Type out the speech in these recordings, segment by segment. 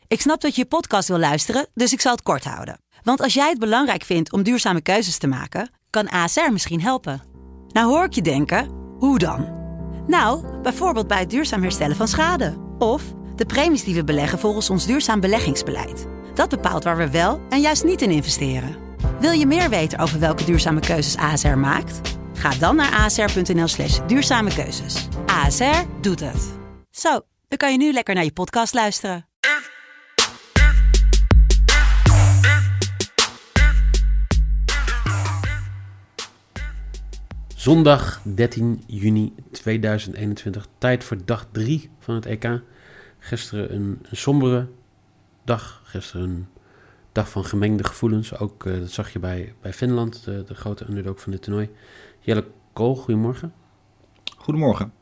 Ik snap dat je podcast wil luisteren, dus ik zal het kort houden. Want als jij het belangrijk vindt om duurzame keuzes te maken, kan ASR misschien helpen. Nou hoor ik je denken, hoe dan? Nou, bijvoorbeeld bij het duurzaam herstellen van schade. Of de premies die we beleggen volgens ons duurzaam beleggingsbeleid. Dat bepaalt waar we wel en juist niet in investeren. Wil je meer weten over welke duurzame keuzes ASR maakt? Ga dan naar asr.nl/duurzame keuzes. ASR doet het. Zo, dan kan je nu lekker naar je podcast luisteren. Zondag 13 juni 2021, tijd voor dag 3 van het EK. Gisteren een sombere dag, gisteren een dag van gemengde gevoelens. Ook dat zag je bij Finland, de grote underdog van dit toernooi. Jelle Kool, goedemorgen. Goedemorgen.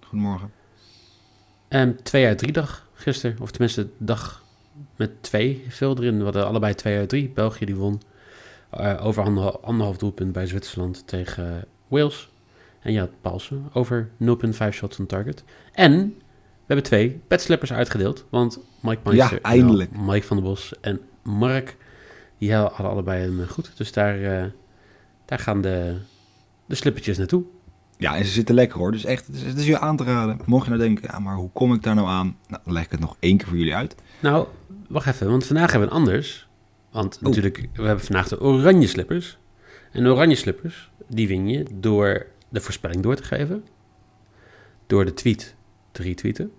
2 uit 3 dag gisteren, of tenminste dag met 2 veel erin. We hadden allebei 2 uit 3. België die won over anderhalf doelpunt bij Zwitserland tegen Wales. En je had Paulsen over 0,5 shots on target. En we hebben 2 pedslippers uitgedeeld. Want Mike Meister, ja, eindelijk. Mike van der Bos en Mark, die hadden allebei hem goed. Dus daar gaan de slippertjes naartoe. Ja, en ze zitten lekker hoor. Dus echt, het is je aan te raden. Mocht je nou denken, ja, maar hoe kom ik daar nou aan? Nou, dan leg ik het nog 1 keer voor jullie uit. Nou, wacht even, want vandaag hebben we een anders. Want natuurlijk, we hebben vandaag de oranje slippers. En de oranje slippers, die win je door de voorspelling door te geven. Door de tweet te retweeten.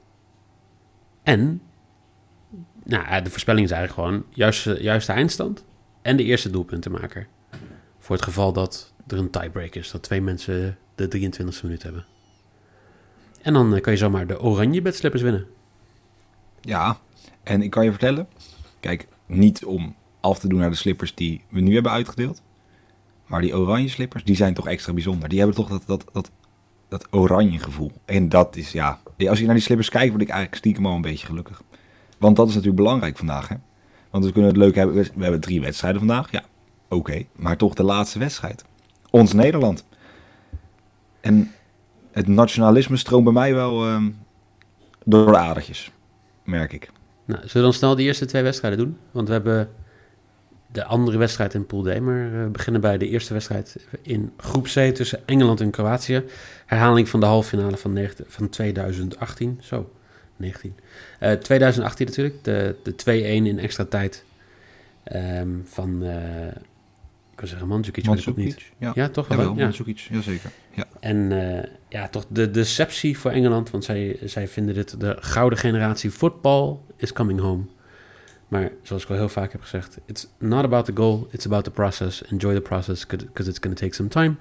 En, nou, de voorspelling is eigenlijk gewoon juiste eindstand. En de eerste doelpuntenmaker. Voor het geval dat er een tiebreak is. Dat 2 mensen de 23e minuut hebben. En dan kan je zomaar de oranje bedslippers winnen. Ja, en ik kan je vertellen. Kijk, niet om af te doen naar de slippers die we nu hebben uitgedeeld. Maar die oranje slippers, die zijn toch extra bijzonder. Die hebben toch dat oranje gevoel. En dat is, ja, als ik naar die slippers kijk, word ik eigenlijk stiekem al een beetje gelukkig. Want dat is natuurlijk belangrijk vandaag, hè. Want we kunnen het leuk hebben. We hebben 3 wedstrijden vandaag, ja, oké. Maar toch de laatste wedstrijd. Ons Nederland. En het nationalisme stroomt bij mij wel door de adertjes, merk ik. Nou, zullen we dan snel de eerste 2 wedstrijden doen? Want we hebben de andere wedstrijd in Pool D, maar we beginnen bij de eerste wedstrijd in groep C tussen Engeland en Kroatië. Herhaling van de halve finale van 2018. Zo, 19. 2018 natuurlijk, de 2-1 in extra tijd van... ik wil zeggen Mandzukic, maar dat ook niet. Ja, toch wel? Ja, Mandzukic, jazeker. Ja. En toch de deceptie voor Engeland, want zij vinden dit de gouden generatie. Football is coming home. Maar zoals ik al heel vaak heb gezegd, it's not about the goal, it's about the process. Enjoy the process, because it's going to take some time.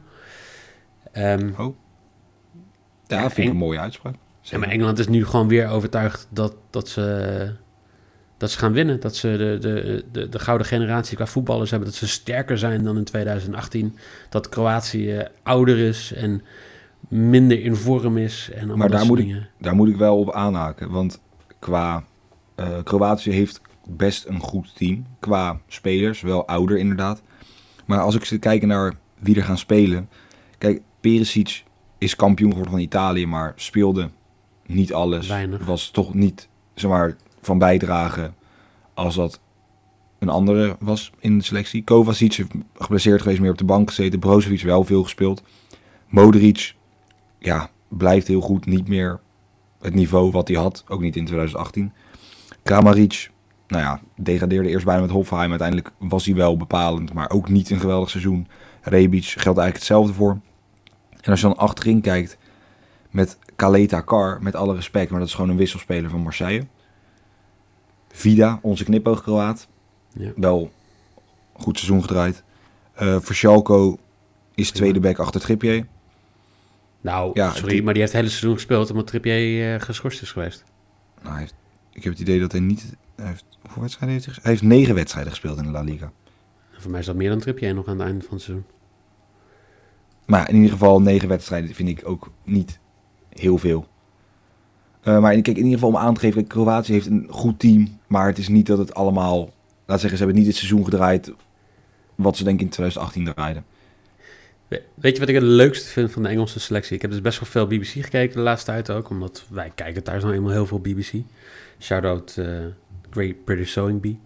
Ja, vind ik een mooie uitspraak. Ja, maar Engeland is nu gewoon weer overtuigd dat ze gaan winnen. Dat ze de gouden generatie qua voetballers hebben. Dat ze sterker zijn dan in 2018. Dat Kroatië ouder is en minder in vorm is. En maar daar moet ik wel op aanhaken. Want qua Kroatië heeft best een goed team. Qua spelers, wel ouder inderdaad. Maar als ik zit kijken naar wie er gaan spelen. Kijk, Perisic is kampioen geworden van Italië, maar speelde niet alles. Weinig. Was toch niet, zeg maar, van bijdrage als dat een andere was in de selectie. Kovacic heeft geblesseerd geweest, meer op de bank gezeten. Brozovic wel veel gespeeld. Modric, ja, blijft heel goed. Niet meer het niveau wat hij had, ook niet in 2018. Kramaric, nou ja, degradeerde eerst bijna met Hoffenheim. Uiteindelijk was hij wel bepalend, maar ook niet een geweldig seizoen. Rebic geldt eigenlijk hetzelfde voor. En als je dan achterin kijkt met Kaleta Kar, met alle respect, maar dat is gewoon een wisselspeler van Marseille. Vida, onze knipoog-Kroaat. Ja. Wel een goed seizoen gedraaid. Verschalco is tweede back achter Trippier. Nou, ja, sorry, maar die heeft het hele seizoen gespeeld omdat Trippier geschorst is geweest. Nou, ik heb het idee dat hij niet... Hoeveel wedstrijden heeft hij? Hij heeft 9 wedstrijden gespeeld in de La Liga. Voor mij is dat meer dan Trippier nog aan het einde van het seizoen. Maar in ieder geval 9 wedstrijden vind ik ook niet heel veel. Maar kijk, in ieder geval om aan te geven, Kroatië heeft een goed team. Maar het is niet dat het allemaal... Laat zeggen, ze hebben niet het seizoen gedraaid wat ze denk ik in 2018 draaiden. Weet je wat ik het leukste vind van de Engelse selectie? Ik heb dus best wel veel BBC gekeken de laatste tijd ook. Omdat wij kijken thuis nou eenmaal heel veel BBC. Shout-out Great British Sewing Bee.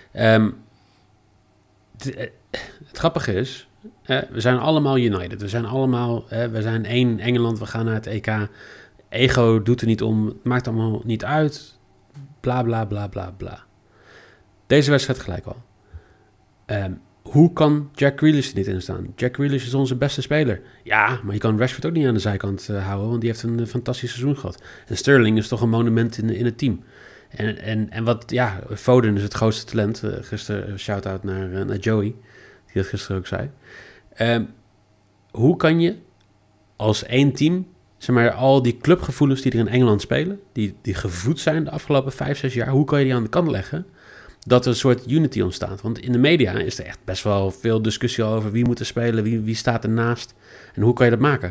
Het grappige is, we zijn allemaal united. We zijn allemaal, we zijn één Engeland, we gaan naar het EK. Ego doet er niet om, het maakt allemaal niet uit. Bla, bla, bla, bla, bla. Deze wedstrijd gelijk al. Hoe kan Jack Grealish er niet in staan? Jack Grealish is onze beste speler. Ja, maar je kan Rashford ook niet aan de zijkant houden, want die heeft een fantastisch seizoen gehad. En Sterling is toch een monument in het team. En wat, ja, Foden is het grootste talent. Gisteren shout-out naar Joey, die dat gisteren ook zei. Hoe kan je als één team, zeg maar, al die clubgevoelens die er in Engeland spelen, die gevoed zijn de afgelopen 5-6 jaar, hoe kan je die aan de kant leggen, dat er een soort unity ontstaat? Want in de media is er echt best wel veel discussie over wie moet er spelen, wie staat ernaast en hoe kan je dat maken?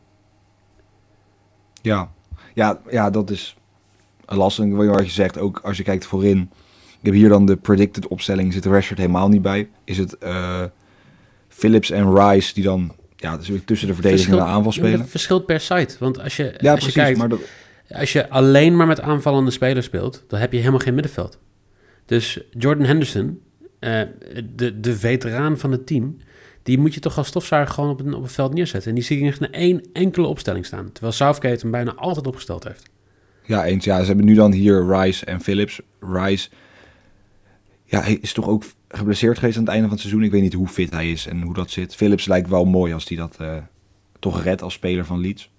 Ja, dat is lastig wat je zegt. Ook als je kijkt voorin. Ik heb hier dan de predicted opstelling. Zit Rashford helemaal niet bij. Is het Phillips en Rice die dan dus tussen de verdediging en de aanval spelen? Het verschilt per site. Want als je precies, kijkt, maar als je alleen maar met aanvallende spelers speelt, dan heb je helemaal geen middenveld. Dus Jordan Henderson, de veteraan van het team, die moet je toch als stofzuiger gewoon op het veld neerzetten. En die zie ik echt naar één enkele opstelling staan. Terwijl Southgate hem bijna altijd opgesteld heeft. Ja, eens. Ja, ze hebben nu dan hier Rice en Phillips. Rice, ja, hij is toch ook geblesseerd geweest aan het einde van het seizoen. Ik weet niet hoe fit hij is en hoe dat zit. Phillips lijkt wel mooi als hij dat toch redt als speler van Leeds.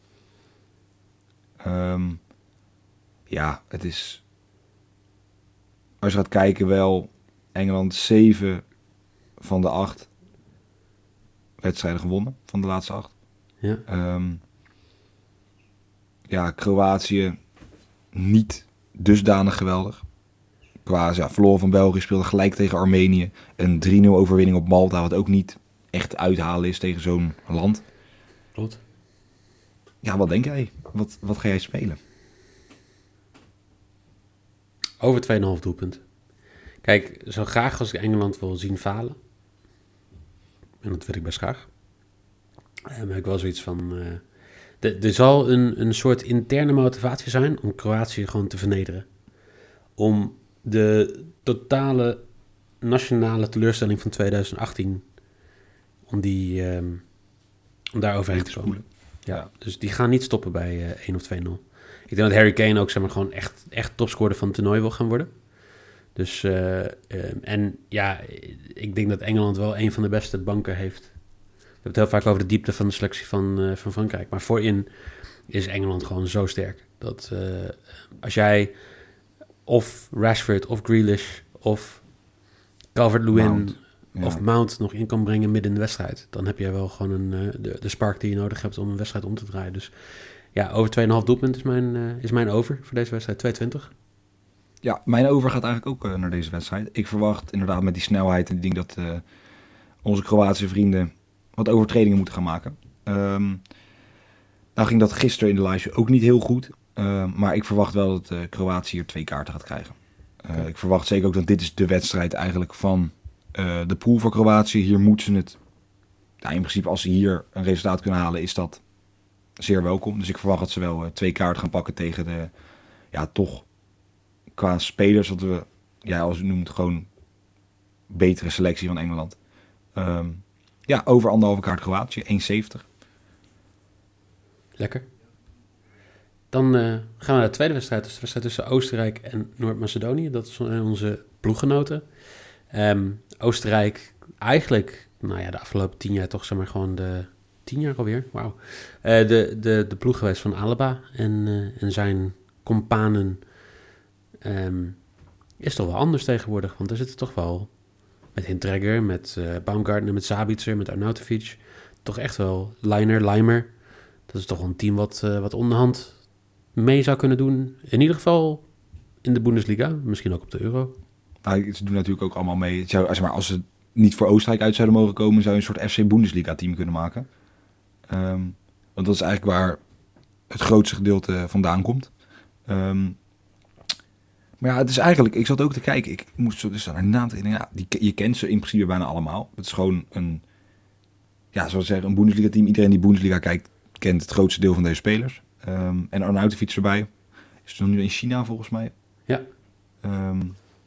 Ja, het is, als je gaat kijken, wel Engeland 7 van de 8 wedstrijden gewonnen van de laatste 8. Ja. Kroatië niet dusdanig geweldig. Verloren van België, speelde gelijk tegen Armenië. Een 3-0 overwinning op Malta, wat ook niet echt uithalen is tegen zo'n land. Klopt. Ja, wat denk jij? Wat ga jij spelen? Over 2,5 doelpunt. Kijk, zo graag als ik Engeland wil zien falen, en dat wil ik best graag, heb ik wel zoiets van, er zal een soort interne motivatie zijn om Kroatië gewoon te vernederen. Om de totale nationale teleurstelling van 2018, om daar overheen te komen. Ja, dus die gaan niet stoppen bij 1 of 2-0. Ik denk dat Harry Kane ook, zeg maar, gewoon echt topscorer van het toernooi wil gaan worden. Dus, en ja, ik denk dat Engeland wel een van de beste banken heeft. We hebben het heel vaak over de diepte van de selectie van Frankrijk. Maar voorin is Engeland gewoon zo sterk. Dat als jij of Rashford of Grealish of Calvert-Lewin of Mount nog in kan brengen midden in de wedstrijd, dan heb je wel gewoon de spark die je nodig hebt om een wedstrijd om te draaien. Dus ja, over 2,5 doelpunt is mijn over voor deze wedstrijd, 2,20. Ja, mijn over gaat eigenlijk ook naar deze wedstrijd. Ik verwacht inderdaad met die snelheid en ik denk dat onze Kroatische vrienden wat overtredingen moeten gaan maken. Nou ging dat gisteren in de live ook niet heel goed. Maar ik verwacht wel dat Kroatië hier 2 kaarten gaat krijgen. Ik verwacht zeker ook dat dit is de wedstrijd eigenlijk van de pool voor Kroatië. Hier moeten ze het, in principe als ze hier een resultaat kunnen halen, is dat zeer welkom. Dus ik verwacht dat ze wel 2 kaarten gaan pakken tegen de, toch qua spelers, wat we, als u noemt, gewoon betere selectie van Engeland. Over 1,5 kaart Kroatië, 1,70. Lekker. Dan gaan we naar de tweede wedstrijd. Dus de wedstrijd tussen Oostenrijk en Noord-Macedonië. Dat is onze ploeggenoten. Oostenrijk eigenlijk, de afgelopen 10 jaar toch, zeg maar, gewoon de 10 jaar alweer. Wauw. De ploeg geweest van Alaba en zijn companen. Is toch wel anders tegenwoordig. Want er zitten toch wel met Hintregger, met Baumgartner, met Sabitzer, met Arnautovic. Toch echt wel Limer. Dat is toch wel een team wat onderhand mee zou kunnen doen. In ieder geval in de Bundesliga. Misschien ook op de Euro. Ze doen natuurlijk ook allemaal mee. Als ze niet voor Oostenrijk uit zouden mogen komen, zou je een soort FC Bundesliga team kunnen maken. Want dat is eigenlijk waar het grootste gedeelte vandaan komt. Maar het is eigenlijk, ik zat ook te kijken, ik moest zo dus naar de naam te denken. Je kent ze in principe bijna allemaal. Het is gewoon een, zoals zeggen, een Bundesliga team. Iedereen die Bundesliga kijkt, kent het grootste deel van deze spelers. En Arnautovic erbij. Is er nu in China volgens mij. Ja.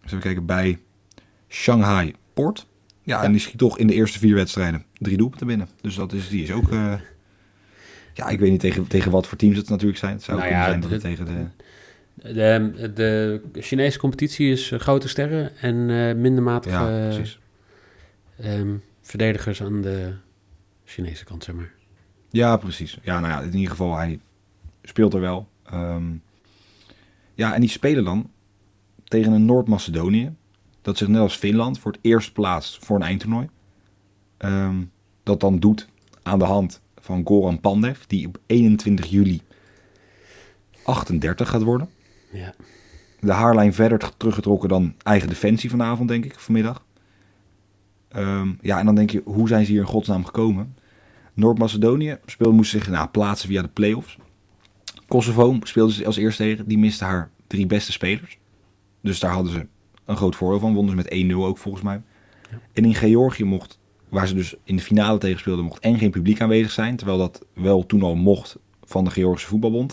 even kijken, bij Shanghai Port. Ja, Ja. en die schiet toch in de eerste 4 wedstrijden 3 doelpunten binnen. Dus die is ook... ja, ik weet niet tegen wat voor teams het natuurlijk zijn. Het zou Nou kunnen ja, zijn dat het tegen de... De Chinese competitie is grote sterren en minder matige Ja, precies. verdedigers aan de Chinese kant, zeg maar. Ja, precies. Ja, nou ja, in ieder geval, hij speelt er wel. Ja, en die spelen dan tegen een Noord-Macedonië. Dat zich net als Finland voor het eerst plaatst voor een eindtoernooi. Dat dan doet aan de hand van Goran Pandev, die op 21 juli 38 gaat worden. Ja. De haarlijn verder teruggetrokken dan eigen defensie vanavond, denk ik, vanmiddag. Ja, en dan denk je, hoe zijn ze hier in godsnaam gekomen? Noord-Macedonië moest zich plaatsen via de play-offs. Kosovo speelde ze als eerste tegen. Die miste haar 3 beste spelers. Dus daar hadden ze een groot voordeel van. Wonnen ze met 1-0 ook volgens mij. Ja. En in Georgië waar ze dus in de finale tegen speelden, mocht en geen publiek aanwezig zijn. Terwijl dat wel toen al mocht van de Georgische voetbalbond.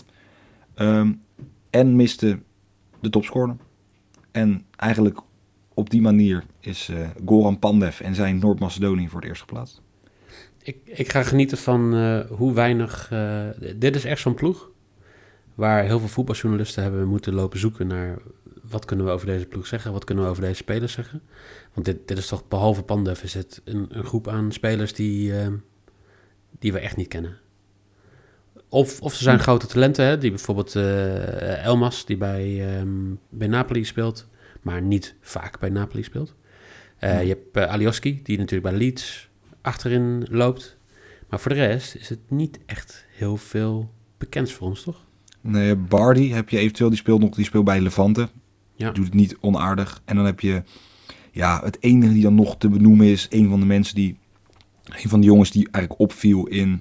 En miste de topscorer. En eigenlijk op die manier is Goran Pandev en zijn Noord-Macedonië voor het eerst geplaatst. Ik ga genieten van hoe weinig... dit is echt zo'n ploeg waar heel veel voetbaljournalisten hebben moeten lopen zoeken naar... wat kunnen we over deze ploeg zeggen, wat kunnen we over deze spelers zeggen. Want dit is toch, behalve Pandev, is het een groep aan spelers die we echt niet kennen. Of ze zijn grote talenten, hè, die bijvoorbeeld Elmas, die bij Napoli speelt, maar niet vaak bij Napoli speelt. Je hebt Alioski, die natuurlijk bij Leeds achterin loopt. Maar voor de rest is het niet echt heel veel bekends voor ons, toch? Nee, Bardi heb je eventueel, die speelt bij Levante. Ja. Doet het niet onaardig. En dan heb je, ja, het enige die dan nog te benoemen is, een van de jongens die eigenlijk opviel in,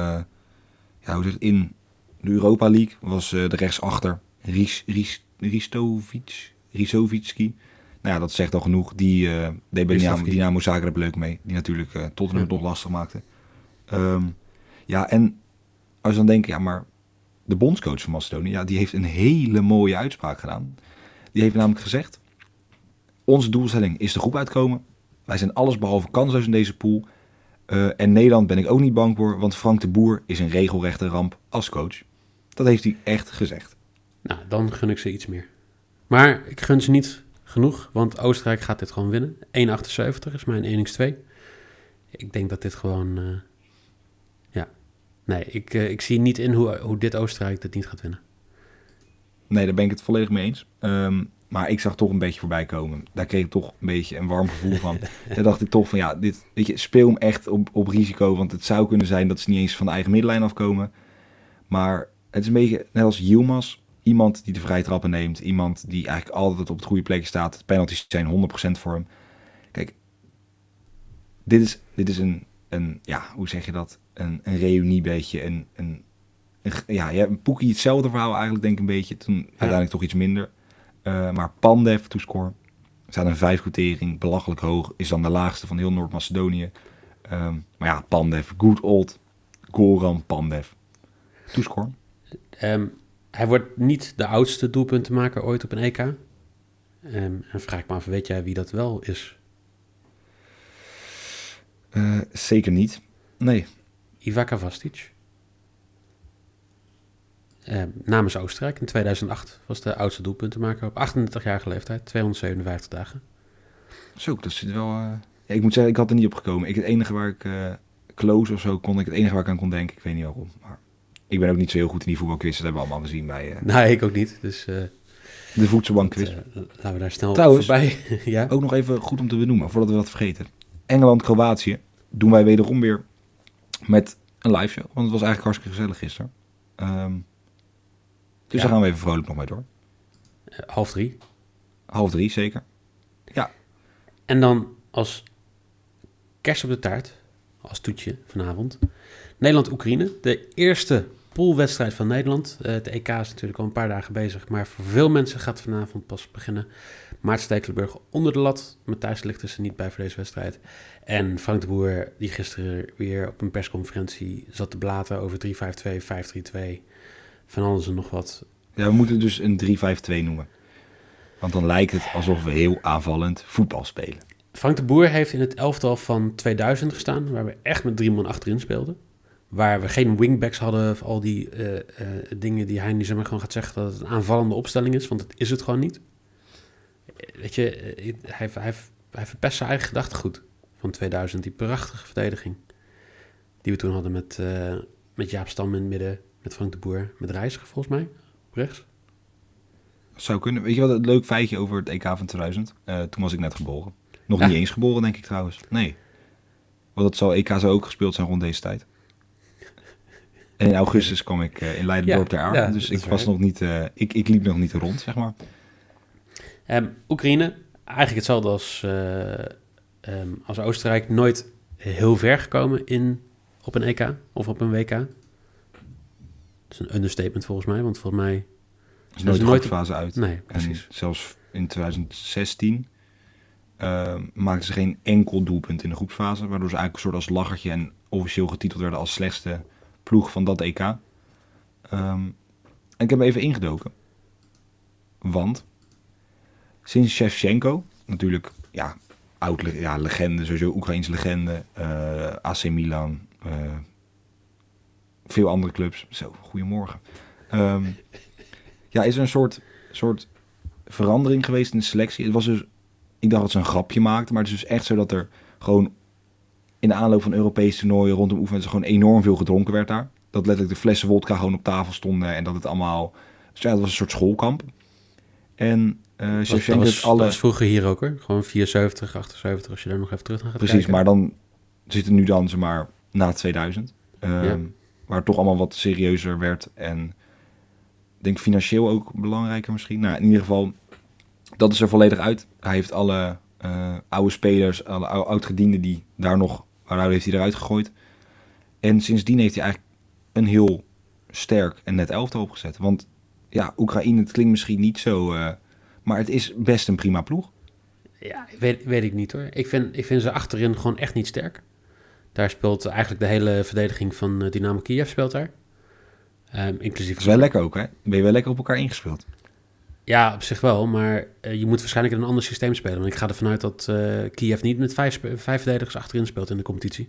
in de Europa League, was de rechtsachter Risovicki. Nou ja, dat zegt al genoeg. Die deed bij Dynamo Zagreb leuk mee. Die natuurlijk Tottenham het nog lastig maakte. Ja, en als je dan denkt, ja, maar de bondscoach van Macedonië, ja, die heeft een hele mooie uitspraak gedaan. Die heeft namelijk gezegd, onze doelstelling is de groep uitkomen. Wij zijn alles behalve kansloos in deze pool. En Nederland ben ik ook niet bang voor, want Frank de Boer is een regelrechte ramp als coach. Dat heeft hij echt gezegd. Nou, dan gun ik ze iets meer. Maar ik gun ze niet genoeg, want Oostenrijk gaat dit gewoon winnen. 1,78 is mijn 1x2. Ik denk dat dit gewoon... Nee, ik zie niet in hoe dit Oostenrijk dit niet gaat winnen. Nee, daar ben ik het volledig mee eens. Maar ik zag toch een beetje voorbij komen. Daar kreeg ik toch een beetje een warm gevoel van. Daar dacht ik toch van, ja, dit, weet je, speel hem echt op risico. Want het zou kunnen zijn dat ze niet eens van de eigen middenlijn afkomen. Maar het is een beetje net als Yilmaz. Iemand die de vrije trappen neemt. Iemand die eigenlijk altijd op het goede plekje staat. De penalties zijn 100% voor hem. Kijk, dit is een ja, hoe zeg je dat? Een reuniebeetje. Een Poekie hetzelfde verhaal eigenlijk, denk ik een beetje. Toen uiteindelijk toch iets minder. Maar Pandev toescore. Staat een 5 quotering, belachelijk hoog. Is dan de laagste van heel Noord-Macedonië. Maar ja, Pandev, good old Goran Pandev. Toescore. Hij wordt niet de oudste doelpuntenmaker ooit op een EK. En vraag ik me af, weet jij wie dat wel is? Zeker niet. Nee. Iva Kavastic. Namens Oostenrijk in 2008 was de oudste doelpuntenmaker op 38-jarige leeftijd, 257 dagen. Zo, dat zit wel... Ja, ik moet zeggen, ik had er niet op gekomen. Het enige waar ik... Close of zo het enige waar ik aan kon denken. Ik weet niet waarom. Maar ik ben ook niet zo heel goed in die voetbalquiz. Dat hebben we allemaal gezien bij... Nee, ik ook niet. Dus, de voedselbankquiz. Laten we daar snel trouwens, voorbij. Ja? Ook nog even goed om te benoemen, voordat we dat vergeten. Engeland-Kroatië doen wij wederom weer met een live show. Want het was eigenlijk hartstikke gezellig gisteren. Dus daar gaan we even vrolijk nog mee door. 2:30. 2:30, zeker. Ja. En dan als kerst op de taart, als toetje vanavond, Nederland-Oekraïne. De eerste poolwedstrijd van Nederland. Het EK is natuurlijk al een paar dagen bezig, maar voor veel mensen gaat het vanavond pas beginnen. Maarten Stekelenburg onder de lat. Matthijs ligt er niet bij voor deze wedstrijd. En Frank de Boer, die gisteren weer op een persconferentie zat te blaten over 3-5-2, 5-3-2. Van alles en nog wat. Ja, we moeten dus een 3-5-2 noemen. Want dan lijkt het alsof we heel aanvallend voetbal spelen. Frank de Boer heeft in het elftal van 2000 gestaan, waar we echt met 3 man achterin speelden. Waar we geen wingbacks hadden, of al die dingen die hij nu zeg maar gewoon gaat zeggen dat het een aanvallende opstelling is, want dat is het gewoon niet. Weet je, hij verpest zijn eigen gedachtegoed van 2000. Die prachtige verdediging die we toen hadden met Jaap Stam in het midden, met Frank de Boer, met Reiziger volgens mij, op rechts. Zou kunnen. Weet je wat een leuk feitje over het EK van 2000? Toen was ik net geboren. Nog Ja. niet eens geboren, denk ik trouwens. Nee. Want dat EK zou ook gespeeld zijn rond deze tijd. En in augustus kwam ik in Leiden ter aarde. Ja, Dus dat ik is was waar. nog niet... ik liep nog niet rond, zeg maar. Oekraïne, eigenlijk hetzelfde als Oostenrijk, nooit heel ver gekomen op een EK of op een WK. Dat is een understatement volgens mij, want volgens mij... Er is nooit de groepsfase uit. Nee, En precies. zelfs in 2016 maakten ze geen enkel doelpunt in de groepsfase. Waardoor ze eigenlijk een soort als lachertje en officieel getiteld werden als slechtste ploeg van dat EK. En ik heb even ingedoken. Want sinds Shevchenko, natuurlijk legende, sowieso Oekraïense legende, AC Milan, veel andere clubs. Zo, goedemorgen. Is er een soort verandering geweest in de selectie. Het was dus, ik dacht dat ze een grapje maakten, maar het is dus echt zo dat er gewoon in de aanloop van Europese toernooien rondom oefenen gewoon enorm veel gedronken werd daar. Dat letterlijk de flessen wodka gewoon op tafel stonden en dat het allemaal... Dus ja, het was een soort schoolkamp. En Shevchenko heeft Dat was vroeger hier ook hoor. Gewoon 74, 78, als je daar nog even terug naar gaat Precies, kijken. maar dan zitten nu dan, zeg maar, na 2000. Ja. Waar het toch allemaal wat serieuzer werd. En ik denk financieel ook belangrijker misschien. Nou, in ieder geval, dat is er volledig uit. Hij heeft alle oude spelers, alle oud-gedienden die daar nog waren, heeft hij eruit gegooid. En sindsdien heeft hij eigenlijk een heel sterk en net elftal opgezet. Want ja, Oekraïne, het klinkt misschien niet zo... maar het is best een prima ploeg. Ja, weet ik niet hoor. Ik vind ze achterin gewoon echt niet sterk. Daar speelt eigenlijk de hele verdediging van Dynamo Kiev speelt daar. Inclusief... Dat is wel lekker ook, hè? Ben je wel lekker op elkaar ingespeeld? Ja, op zich wel, maar je moet waarschijnlijk in een ander systeem spelen. Want ik ga ervan uit dat Kiev niet met 5 verdedigers achterin speelt in de competitie.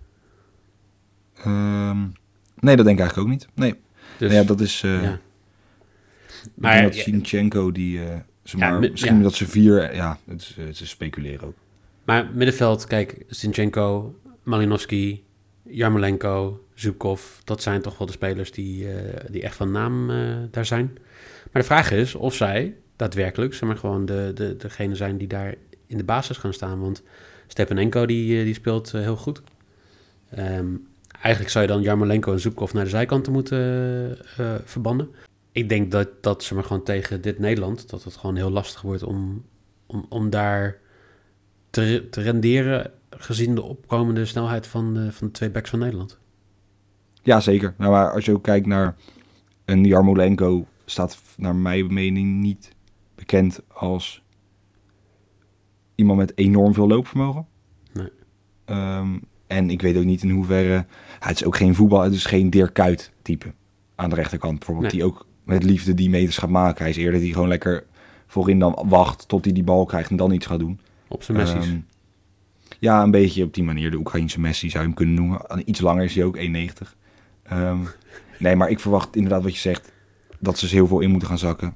Nee, dat denk ik eigenlijk ook niet. Nee, Dus, ja, dat is... ja. Maar Maar dat Zinchenko, misschien ja. dat ze 4... Ja, ze speculeren ook. Maar middenveld, kijk, Zinchenko, Malinowski, Yarmolenko, Zubkov, dat zijn toch wel de spelers die echt van naam daar zijn. Maar de vraag is of zij daadwerkelijk, zeg maar, gewoon degene zijn die daar in de basis gaan staan. Want Stepanenko die speelt heel goed. Eigenlijk zou je dan Yarmolenko en Zubkov naar de zijkanten moeten verbannen. Ik denk dat ze maar gewoon tegen dit Nederland, dat het gewoon heel lastig wordt om daar te renderen gezien de opkomende snelheid van de 2 backs van Nederland. Ja, zeker. Nou, maar als je ook kijkt naar een Yarmolenko, staat naar mijn mening niet bekend als iemand met enorm veel loopvermogen. Nee. En ik weet ook niet in hoeverre... het is ook geen voetbal, het is geen Dirk Kuyt type aan de rechterkant bijvoorbeeld. Nee. Die ook met liefde die meters gaat maken. Hij is eerder die gewoon lekker voorin dan wacht tot hij die bal krijgt en dan iets gaat doen. Op zijn Messi's. Ja, een beetje op die manier. De Oekraïense Messi zou je hem kunnen noemen. Iets langer is hij ook, 1,90. Nee, maar ik verwacht inderdaad wat je zegt, dat ze dus heel veel in moeten gaan zakken.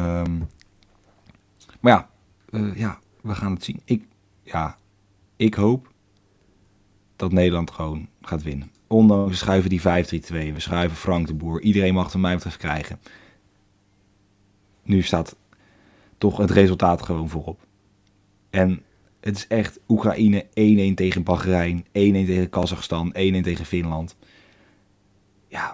Maar we gaan het zien. Ik hoop dat Nederland gewoon gaat winnen. Ondanks, we schuiven die 5-3-2, we schuiven Frank de Boer. Iedereen mag het van mij betreft krijgen. Nu staat toch het resultaat gewoon voorop. En het is echt Oekraïne 1-1 tegen Bahrein, 1-1 tegen Kazachstan, 1-1 tegen Finland. Ja.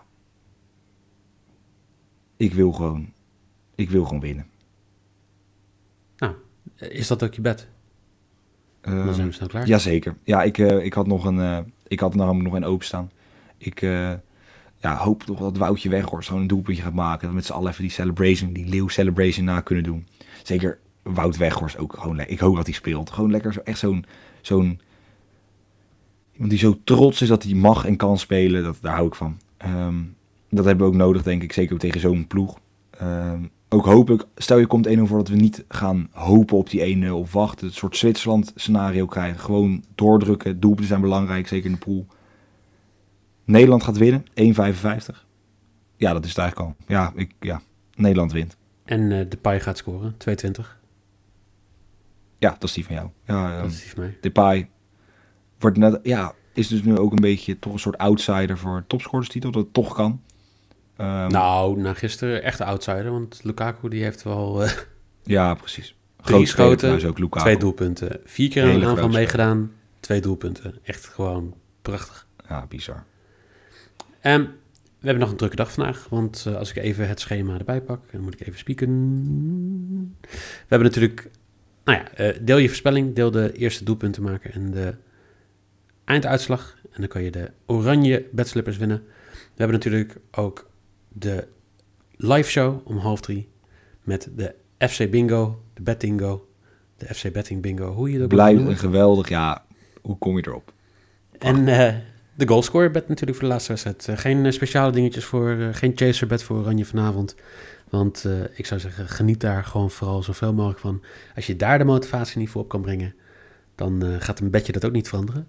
Ik wil gewoon winnen. Nou, is dat ook je bed? Dan zijn we snel klaar. Jazeker. Ja, ik had nog een openstaan. Ik hoop toch dat Woutje Weghorst gewoon een doelpuntje gaat maken. Dat we met z'n allen even die leeuw celebration na kunnen doen. Zeker Wout Weghorst ook gewoon lekker. Ik hoop dat hij speelt. Gewoon lekker echt zo'n iemand die zo trots is dat hij mag en kan spelen. Daar hou ik van. Dat hebben we ook nodig, denk ik. Zeker ook tegen zo'n ploeg. ook hopelijk, stel je komt 1-0 voor, dat we niet gaan hopen op die 1-0 of wachten. Een soort Zwitserland scenario krijgen. Gewoon doordrukken. Doelpunten zijn belangrijk, zeker in de pool. Nederland gaat winnen, 1,55. Ja, dat is het eigenlijk al. Ja, Nederland wint. En Depay gaat scoren, 2,20. Ja, dat is die van jou. Ja, Dat is die van mij. Depay wordt net, is dus nu ook een beetje toch een soort outsider voor topscorerstitel, dat het toch kan. Na gisteren echt de outsider, want Lukaku die heeft wel Ja, precies. 3 schoten, ook Lukaku. 2 doelpunten. 4 keer aan Hele een aanval grote meegedaan, 2 doelpunten. Echt gewoon prachtig. Ja, bizar. We hebben nog een drukke dag vandaag, want als ik even het schema erbij pak, dan moet ik even spieken. We hebben natuurlijk, deel je voorspelling, deel de eerste doelpunten maken en de einduitslag. En dan kan je de oranje bedslippers winnen. We hebben natuurlijk ook de live show om 2:30 met de FC Bingo, de Bettingo, de FC Betting Bingo. Hoe je dat Blijft een geweldig, hoe kom je erop? En de goalscorer bet natuurlijk voor de laatste wedstrijd. Geen speciale dingetjes voor, geen chaser bet voor Oranje vanavond. Want ik zou zeggen, geniet daar gewoon vooral zoveel mogelijk van. Als je daar de motivatie niet voor op kan brengen, dan gaat een bedje dat ook niet veranderen.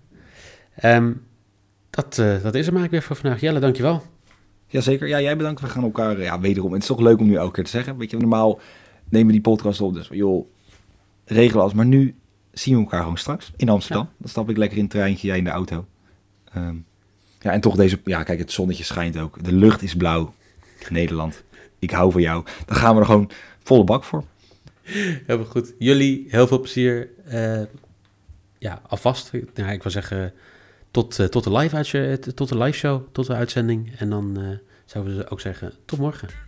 Dat is het eigenlijk weer voor vandaag. Jelle, dankjewel. Jazeker. Ja, jij bedankt. We gaan elkaar wederom. En het is toch leuk om nu elke keer te zeggen. Weet je, normaal nemen we die podcast op. Dus joh, regelen als. Maar nu zien we elkaar gewoon straks in Amsterdam. Ja. Dan stap ik lekker in het treintje, jij in de auto. En toch deze... Ja, kijk, het zonnetje schijnt ook. De lucht is blauw. Nederland. Ik hou van jou. Dan gaan we er gewoon volle bak voor. Heel goed. Jullie, heel veel plezier. Alvast. Ja, ik wil zeggen, tot de live show, tot de uitzending. En dan zouden we ook zeggen, tot morgen.